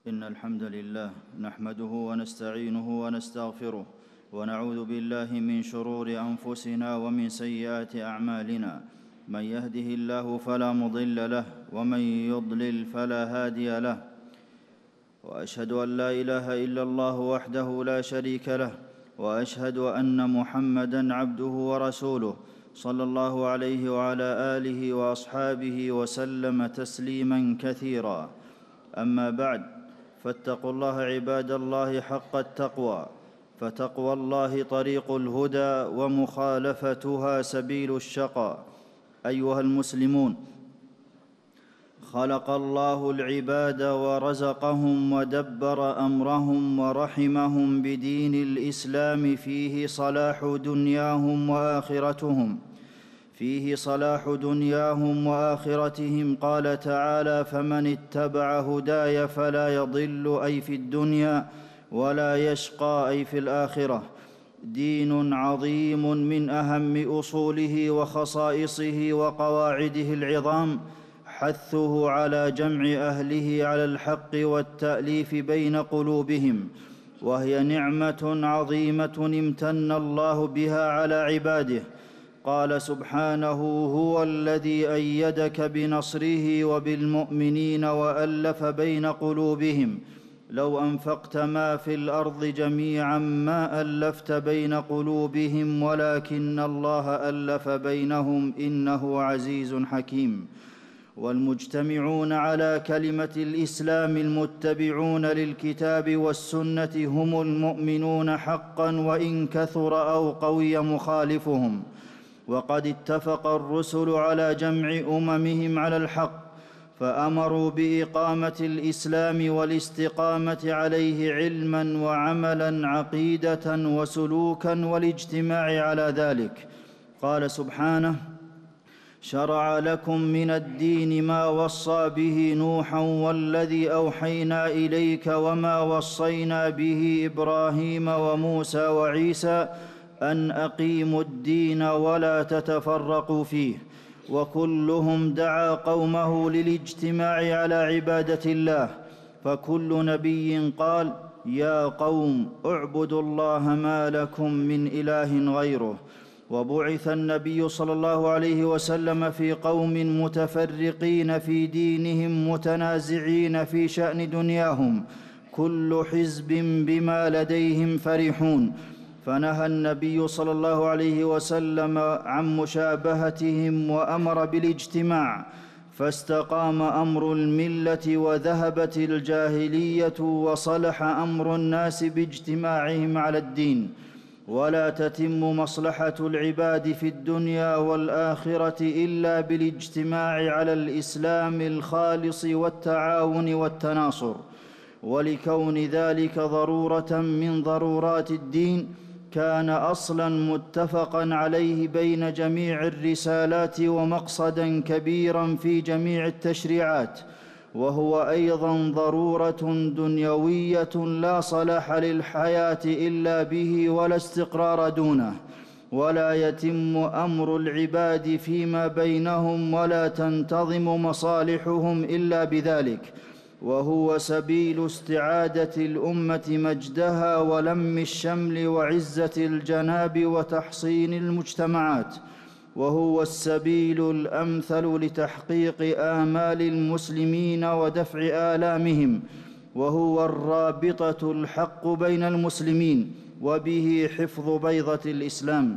إن الحمد لله نحمده ونستعينه ونستغفره ونعوذ بالله من شرور أنفسنا ومن سيئات أعمالنا. من يهده الله فلا مضل له ومن يضلل فلا هادي له، وأشهد أن لا إله إلا الله وحده لا شريك له، وأشهد أن محمدًا عبده ورسوله صلى الله عليه وعلى آله وأصحابه وسلم تسليماً كثيرا. أما بعد، فاتقوا الله عباد الله حق التقوى، فتقوى الله طريق الهدى ومخالفتها سبيل الشقاء. أيها المسلمون، خلق الله العباد ورزقهم ودبر أمرهم ورحمهم بدين الإسلام فيه صلاح دنياهم وآخرتهم. قال تعالى: فمن اتبع هداي فلا يضل أي في الدنيا ولا يشقى أي في الآخرة. دين عظيم من أهم أصوله وخصائصه وقواعده العظام حثه على جمع أهله على الحق والتأليف بين قلوبهم، وهي نعمة عظيمة امتن الله بها على عباده. قال سبحانه: هو الذي أيدك بنصره وبالمؤمنين وألف بين قلوبهم، لو أنفقت ما في الأرض جميعا ما ألفت بين قلوبهم ولكن الله ألف بينهم إنه عزيز حكيم. والمجتمعون على كلمة الإسلام المتبعون للكتاب والسنة هم المؤمنون حقا، وإن كثر أو قوي مخالفهم. وقد اتفق الرسل على جمع أممهم على الحق، فأمروا بإقامة الإسلام والاستقامة عليه علماً وعملاً، عقيدة وسلوكاً، والاجتماع على ذلك. قال سبحانه: شرع لكم من الدين ما وصى به نوحا والذي أوحينا إليك وما وصينا به إبراهيم وموسى وعيسى أن أقيموا الدين ولا تتفرقوا فيه. وكلهم دعا قومه للاجتماع على عبادة الله، فكل نبي قال: يا قوم اعبدوا الله ما لكم من إله غيره. وبعث النبي صلى الله عليه وسلم في قوم متفرقين في دينهم متنازعين في شأن دنياهم، كل حزب بما لديهم فرحون، فنهى النبي صلى الله عليه وسلم عن مشابهتهم وأمر بالاجتماع، فاستقام أمر الملة وذهبت الجاهلية وصلح أمر الناس باجتماعهم على الدين. ولا تتم مصلحة العباد في الدنيا والآخرة إلا بالاجتماع على الإسلام الخالص والتعاون والتناصر. ولكون ذلك ضرورة من ضرورات الدين، كان أصلاً متفقاً عليه بين جميع الرسالات ومقصداً كبيراً في جميع التشريعات، وهو أيضاً ضرورة دنيوية لا صلاح للحياة إلا به ولا استقرار دونه، ولا يتم أمر العباد فيما بينهم ولا تنتظم مصالحهم إلا بذلك، وهو سبيل استعادة الأمة مجدها ولم الشمل وعزة الجناب وتحصين المجتمعات، وهو السبيل الأمثل لتحقيق آمال المسلمين ودفع آلامهم، وهو الرابطة الحق بين المسلمين، وبه حفظ بيضة الإسلام،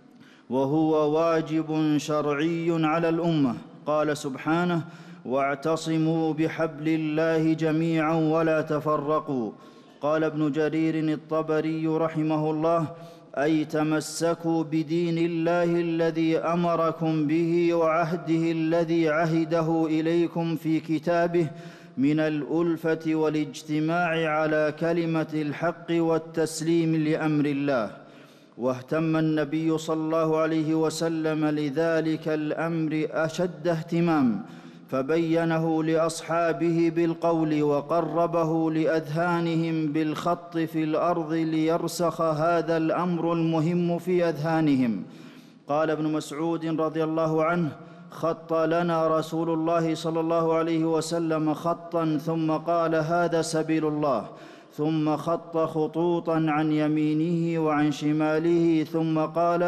وهو واجب شرعي على الأمة. قال سبحانه: واعتصموا بحبل الله جميعا ولا تفرقوا. قال ابن جرير الطبري رحمه الله: أي تمسكوا بدين الله الذي أمركم به وعهده الذي عهده إليكم في كتابه من الألفة والاجتماع على كلمة الحق والتسليم لأمر الله. واهتم النبي صلى الله عليه وسلم لذلك الأمر أشد اهتمام، فبينه لأصحابه بالقول وقربه لأذهانهم بالخط في الأرض ليرسخ هذا الأمر المهم في أذهانهم. قال ابن مسعود رضي الله عنه: خط لنا رسول الله صلى الله عليه وسلم خطا ثم قال: هذا سبيل الله، ثم خط خطوطا عن يمينه وعن شماله ثم قال: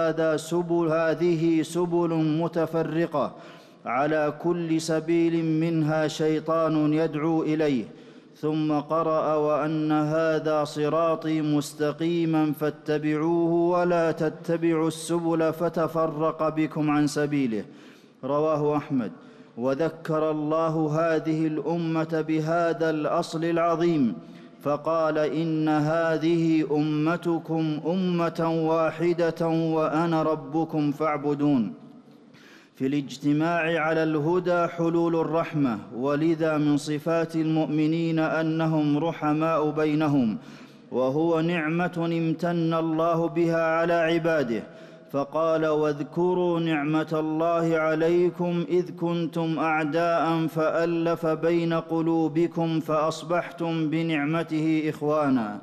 هذه سبل متفرقة، على كل سبيل منها شيطان يدعو إليه، ثم قرأ: وأن هذا صراطي مستقيما فاتبعوه ولا تتبعوا السبل فتفرق بكم عن سبيله. رواه أحمد. وذكر الله هذه الأمة بهذا الأصل العظيم فقال: إن هذه أمتكم أمة واحدة وأنا ربكم فاعبدون. في الاجتماع على الهدى حلول الرحمة، ولذا من صفات المؤمنين أنهم رحماء بينهم، وهو نعمة امتن الله بها على عباده، فقال: واذكروا نعمة الله عليكم إذ كنتم أعداء فألف بين قلوبكم فأصبحتم بنعمته إخوانا.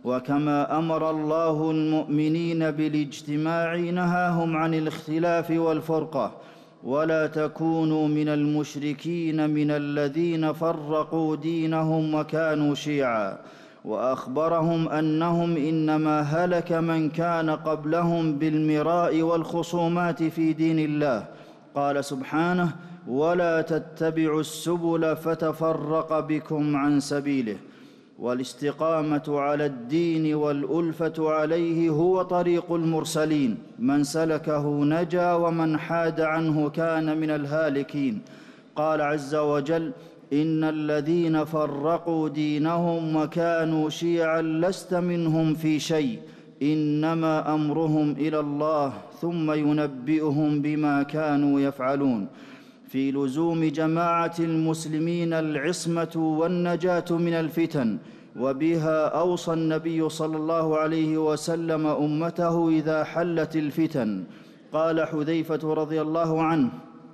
وكما أمر الله المؤمنين بالاجتماع نهاهم عن الاختلاف والفرقة: ولا تكونوا من المشركين من الذين فرقوا دينهم وكانوا شيعا. وأخبرهم أنهم إنما هلك من كان قبلهم بالمراء والخصومات في دين الله. قال سبحانه: ولا تتبعوا السبل فتفرق بكم عن سبيله. والاستقامة على الدين والألفة عليه هو طريق المرسلين، من سلكه نجا ومن حاد عنه كان من الهالكين. قال عز وجل: إن الذين فرقوا دينهم وكانوا شيعا لست منهم في شيء، إنما أمرهم إلى الله ثم ينبئهم بما كانوا يفعلون. في لزوم جماعة المسلمين العصمة والنجاة من الفتن، وبها أوصى النبي صلى الله عليه وسلم أمته إذا حلت الفتن. قال حذيفة رضي الله عنه: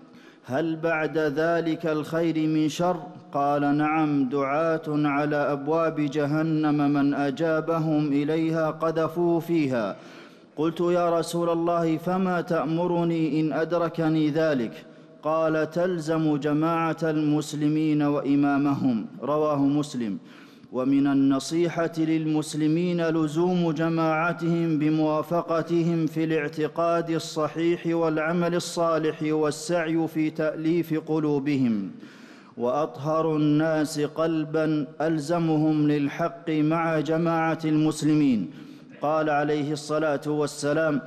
هل بعد ذلك الخير من شر؟ قال: نعم، دعاة على أبواب جهنم من أجابهم إليها قذفوه فيها. قلت: يا رسول الله، فما تأمرني إن أدركني ذلك؟ قال: تلزم جماعة المسلمين وإمامهم. رواه مسلم. ومن النصيحة للمسلمين لزوم جماعتهم بموافقتهم في الاعتقاد الصحيح والعمل الصالح والسعي في تأليف قلوبهم. وأطهر الناس قلبا ألزمهم للحق مع جماعة المسلمين. قال عليه الصلاة والسلام: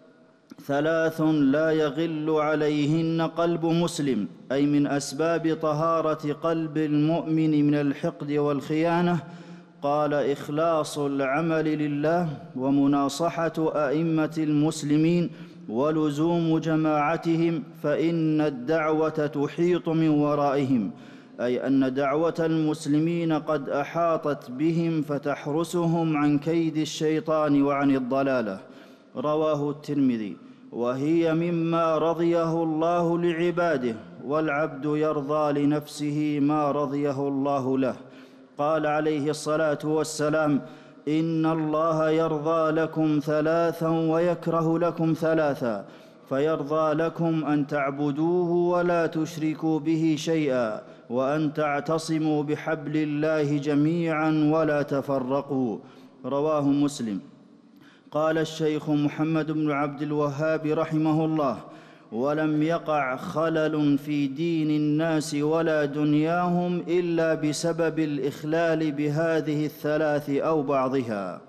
ثلاث لا يغل عليهن قلب مسلم، أي من أسباب طهارة قلب المؤمن من الحقد والخيانة. قال: إخلاص العمل لله، ومناصحة أئمة المسلمين، ولزوم جماعتهم، فإن الدعوة تحيط من ورائهم، أي أن دعوة المسلمين قد أحاطت بهم فتحرسهم عن كيد الشيطان وعن الضلالة. رواه الترمذي. وهي مما رضيه الله لعباده، والعبد يرضى لنفسه ما رضيه الله له. قال عليه الصلاة والسلام: إن الله يرضى لكم ثلاثا ويكره لكم ثلاثا، فيرضى لكم أن تعبدوه ولا تشركوا به شيئا، وأن تعتصموا بحبل الله جميعا ولا تفرقوا. رواه مسلم. قال الشيخ محمد بن عبد الوهاب رحمه الله: ولم يقع خلل في دين الناس ولا دنياهم إلا بسبب الإخلال بهذه الثلاث أو بعضها.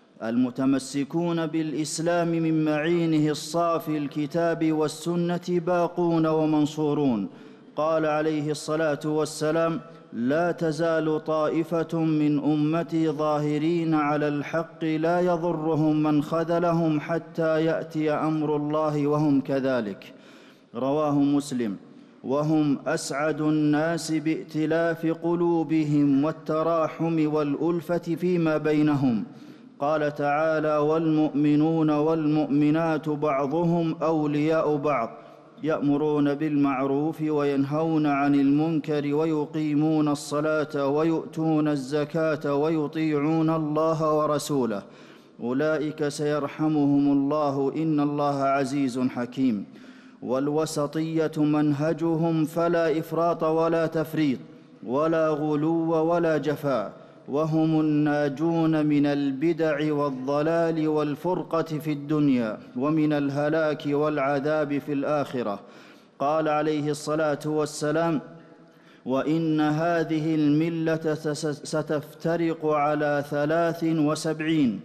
المتمسكون بالإسلام من معينه الصافي الكتاب والسنة باقون ومنصورون. قال عليه الصلاة والسلام: لا تزال طائفة من أمتي ظاهرين على الحق لا يضرهم من خذلهم حتى يأتي أمر الله وهم كذلك. رواه مسلم. وهم أسعد الناس بائتلاف قلوبهم والتراحم والألفة فيما بينهم. قال تعالى: والمؤمنون والمؤمنات بعضهم أولياء بعض، يأمرون بالمعروف وينهون عن المنكر ويقيمون الصلاة ويؤتون الزكاة ويطيعون الله ورسوله، أولئك سيرحمهم الله إن الله عزيز حكيم. والوسطية منهجهم، فلا إفراط ولا تفريط ولا غلو ولا جفاء، وهم الناجون من البدع والضلال والفرقة في الدنيا، ومن الهلاك والعذاب في الآخرة. قال عليه الصلاة والسلام: وإن هذه الملة ستفترق على 73،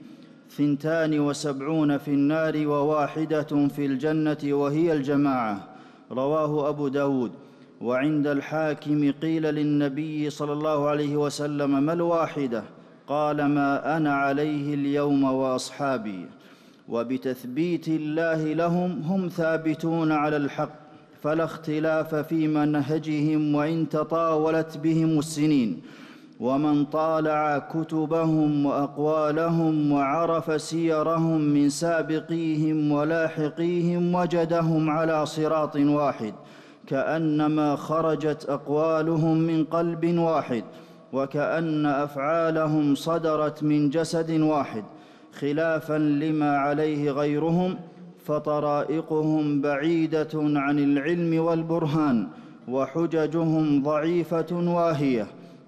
72 في النار و1 في الجنة، وهي الجماعة. رواه أبو داود. وعند الحاكم قيل للنبي صلى الله عليه وسلم: ما الواحدة؟ قال: ما أنا عليه اليوم وأصحابي. وبتثبيت الله لهم هم ثابتون على الحق، فلا اختلاف في منهجهم وإن تطاولت بهم السنين. ومن طالع كتبهم وأقوالهم وعرف سيرهم من سابقيهم ولاحقيهم وجدهم على صراط واحد، كأنما خرجت أقوالهم من قلب واحد، وكأن أفعالهم صدرت من جسد واحد، خلافا لما عليه غيرهم، فطرائقهم بعيدة عن العلم والبرهان، وحججهم ضعيفة واهية،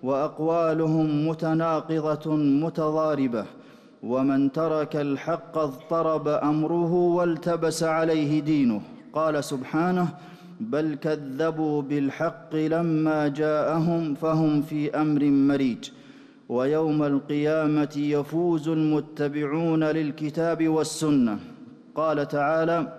وأقوالهم متناقضة متضاربة. ومن ترك الحق اضطرب أمره والتبس عليه دينه. قال سبحانه: بل كذبوا بالحق لما جاءهم فهم في أمر مريج. ويوم القيامة يفوز المتبعون للكتاب والسنة. قال تعالى: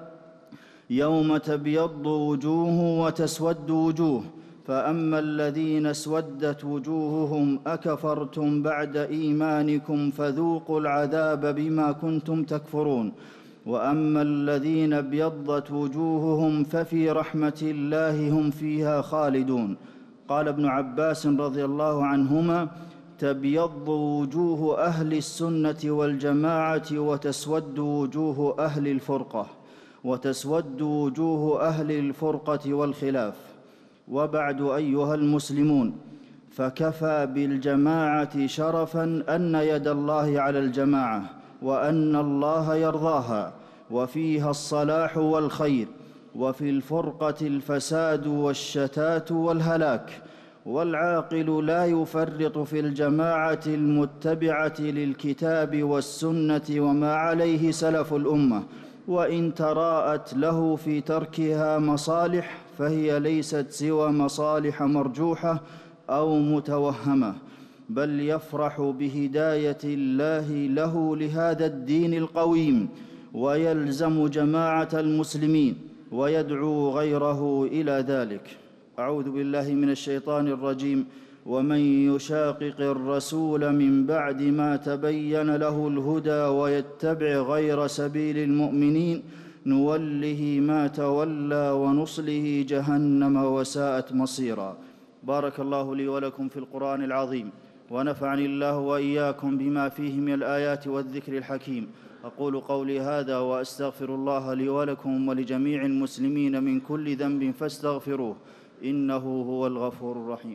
يوم تبيض وجوه وتسود وجوه، فأما الذين اسودت وجوههم أكفرتم بعد إيمانكم فذوقوا العذاب بما كنتم تكفرون، وأما الذين ابيضت وجوههم ففي رحمة الله هم فيها خالدون. قال ابن عباس رضي الله عنهما: تبيض وجوه أهل السنة والجماعة وتسود وجوه أهل الفرقة، وتسود وجوه أهل الفرقة والخلاف. وبعد أيها المسلمون، فكفى بالجماعة شرفا أن يد الله على الجماعة، وأن الله يرضاها، وفيها الصلاح والخير، وفي الفرقة الفساد والشتات والهلاك. والعاقل لا يفرط في الجماعة المتبعة للكتاب والسنة وما عليه سلف الأمة، وإن تراءت له في تركها مصالح فهي ليست سوى مصالح مرجوحة أو متوهمة، بل يفرح بهداية الله له لهذا الدين القويم، ويلزم جماعة المسلمين ويدعو غيره إلى ذلك. أعوذ بالله من الشيطان الرجيم. ومن يشاقق الرسول من بعد ما تبين له الهدى ويتبع غير سبيل المؤمنين نوله ما تولى ونصله جهنم وساءت مصيرا. بارك الله لي ولكم في القرآن العظيم، ونفعني الله وإياكم بما فيه من الآيات والذكر الحكيم. أقول قولي هذا وأستغفر الله لي ولكم ولجميع المسلمين من كل ذنب فاستغفروه، إنه هو الغفور الرحيم.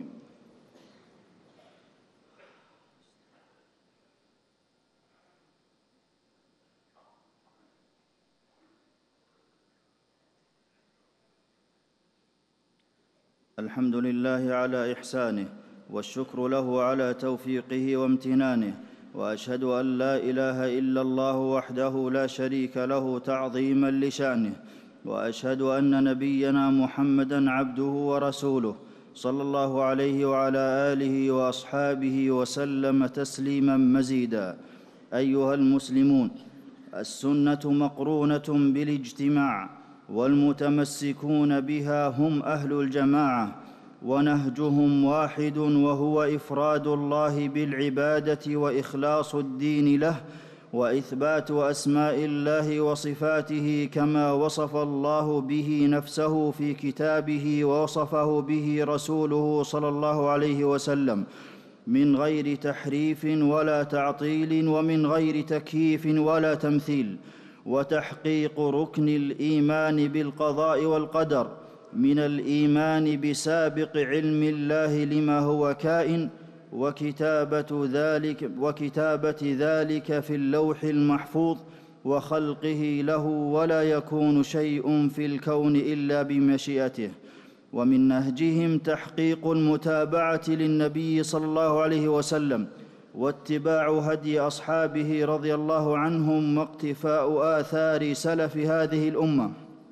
الحمد لله على إحسانه، والشكر له على توفيقه وامتنانه، وأشهد أن لا إله إلا الله وحده لا شريك له تعظيما لشأنه، وأشهد أن نبينا محمدًا عبده ورسوله صلى الله عليه وعلى آله وأصحابه وسلم تسليمًا مزيدًا. أيها المسلمون، السنة مقرونة بالاجتماع، والمتمسكون بها هم أهل الجماعة، ونهجهم واحد، وهو إفراد الله بالعبادة وإخلاص الدين له، وإثبات أسماء الله وصفاته كما وصف الله به نفسه في كتابه ووصفه به رسوله صلى الله عليه وسلم، من غير تحريف ولا تعطيل، ومن غير تكييف ولا تمثيل. وتحقيق ركن الإيمان بالقضاء والقدر من الإيمان بسابق علم الله لما هو كائن، وكتابة ذلك في اللوح المحفوظ، وخلقه له، ولا يكون شيء في الكون إلا بمشيئته. ومن نهجهم تحقيق المتابعة للنبي صلى الله عليه وسلم واتباع هدي أصحابه رضي الله عنهم واقتفاء آثار سلف هذه الأمة،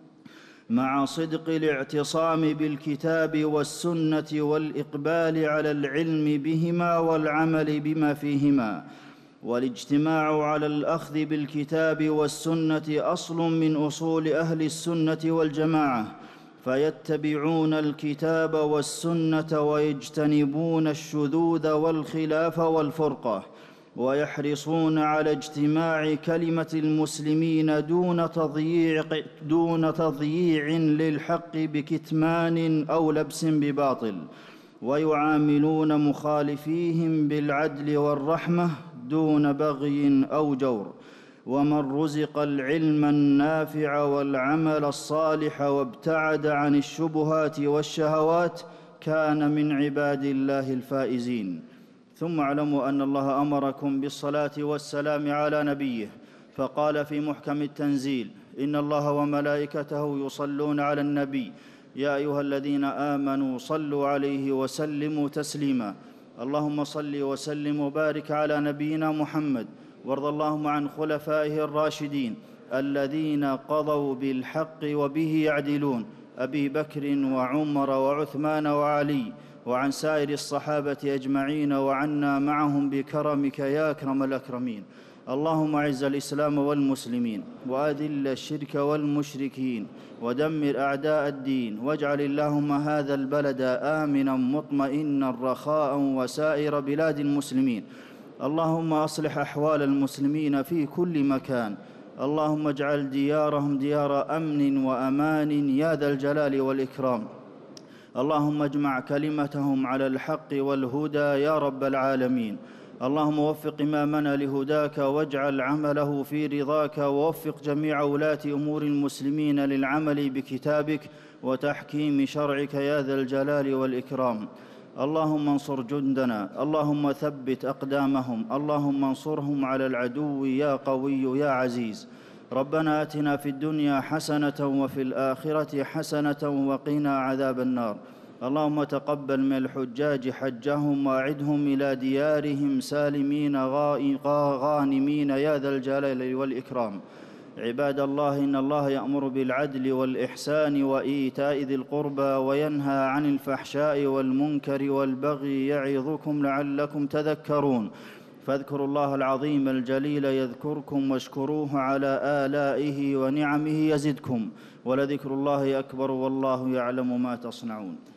مع صدق الاعتصام بالكتاب والسنة والإقبال على العلم بهما والعمل بما فيهما. والاجتماع على الأخذ بالكتاب والسنة أصل من أصول أهل السنة والجماعة، فيتبعون الكتاب والسنة ويجتنبون الشذوذ والخلاف والفرقة، ويحرصون على اجتماع كلمة المسلمين دون تضييع للحق بكتمان أو لبس بباطل، ويعاملون مخالفيهم بالعدل والرحمة دون بغي أو جور. ومن رزق العلم النافع والعمل الصالح وابتعد عن الشبهات والشهوات كان من عباد الله الفائزين. ثم اعلموا أن الله أمركم بالصلاة والسلام على نبيه، فقال في محكم التنزيل: إن الله وملائكته يصلون على النبي يا أيها الذين آمنوا صلوا عليه وسلموا تسليما. اللهم صل وسلم وبارك على نبينا محمد، وارض اللهم عن خلفائه الراشدين الذين قضوا بالحق وبه يعدلون، أبي بكر وعمر وعثمان وعلي، وعن سائر الصحابة أجمعين، وعنا معهم بكرمك يا أكرم الأكرمين. اللهم أعز الإسلام والمسلمين، وأذل الشرك والمشركين، ودمر أعداء الدين، واجعل اللهم هذا البلد آمنا مطمئنا رخاء وسائر بلاد المسلمين. اللهم أصلح أحوال المسلمين في كل مكان، اللهم اجعل ديارهم ديار أمن وأمان يا ذا الجلال والإكرام. اللهم اجمع كلمتهم على الحق والهدى يا رب العالمين. اللهم وفق إمامنا لهداك، واجعل عمله في رضاك، ووفق جميع ولاة أمور المسلمين للعمل بكتابك وتحكيم شرعك يا ذا الجلال والإكرام. اللهم انصر جندنا، اللهم ثبت أقدامهم، اللهم انصرهم على العدو يا قوي يا عزيز. ربنا آتنا في الدنيا حسنة وفي الآخرة حسنة وقنا عذاب النار. اللهم تقبل من الحجاج حجهم، وأعدهم إلى ديارهم سالمين غانمين يا ذا الجلال والإكرام. عباد الله، إن الله يأمر بالعدل والإحسان وإيتاء ذي القربى، وينهى عن الفحشاء والمنكر والبغي، يعظكم لعلكم تذكرون. فاذكروا الله العظيم الجليل يذكركم، واشكروه على آلائه ونعمه يزدكم، ولذكر الله أكبر، والله يعلم ما تصنعون.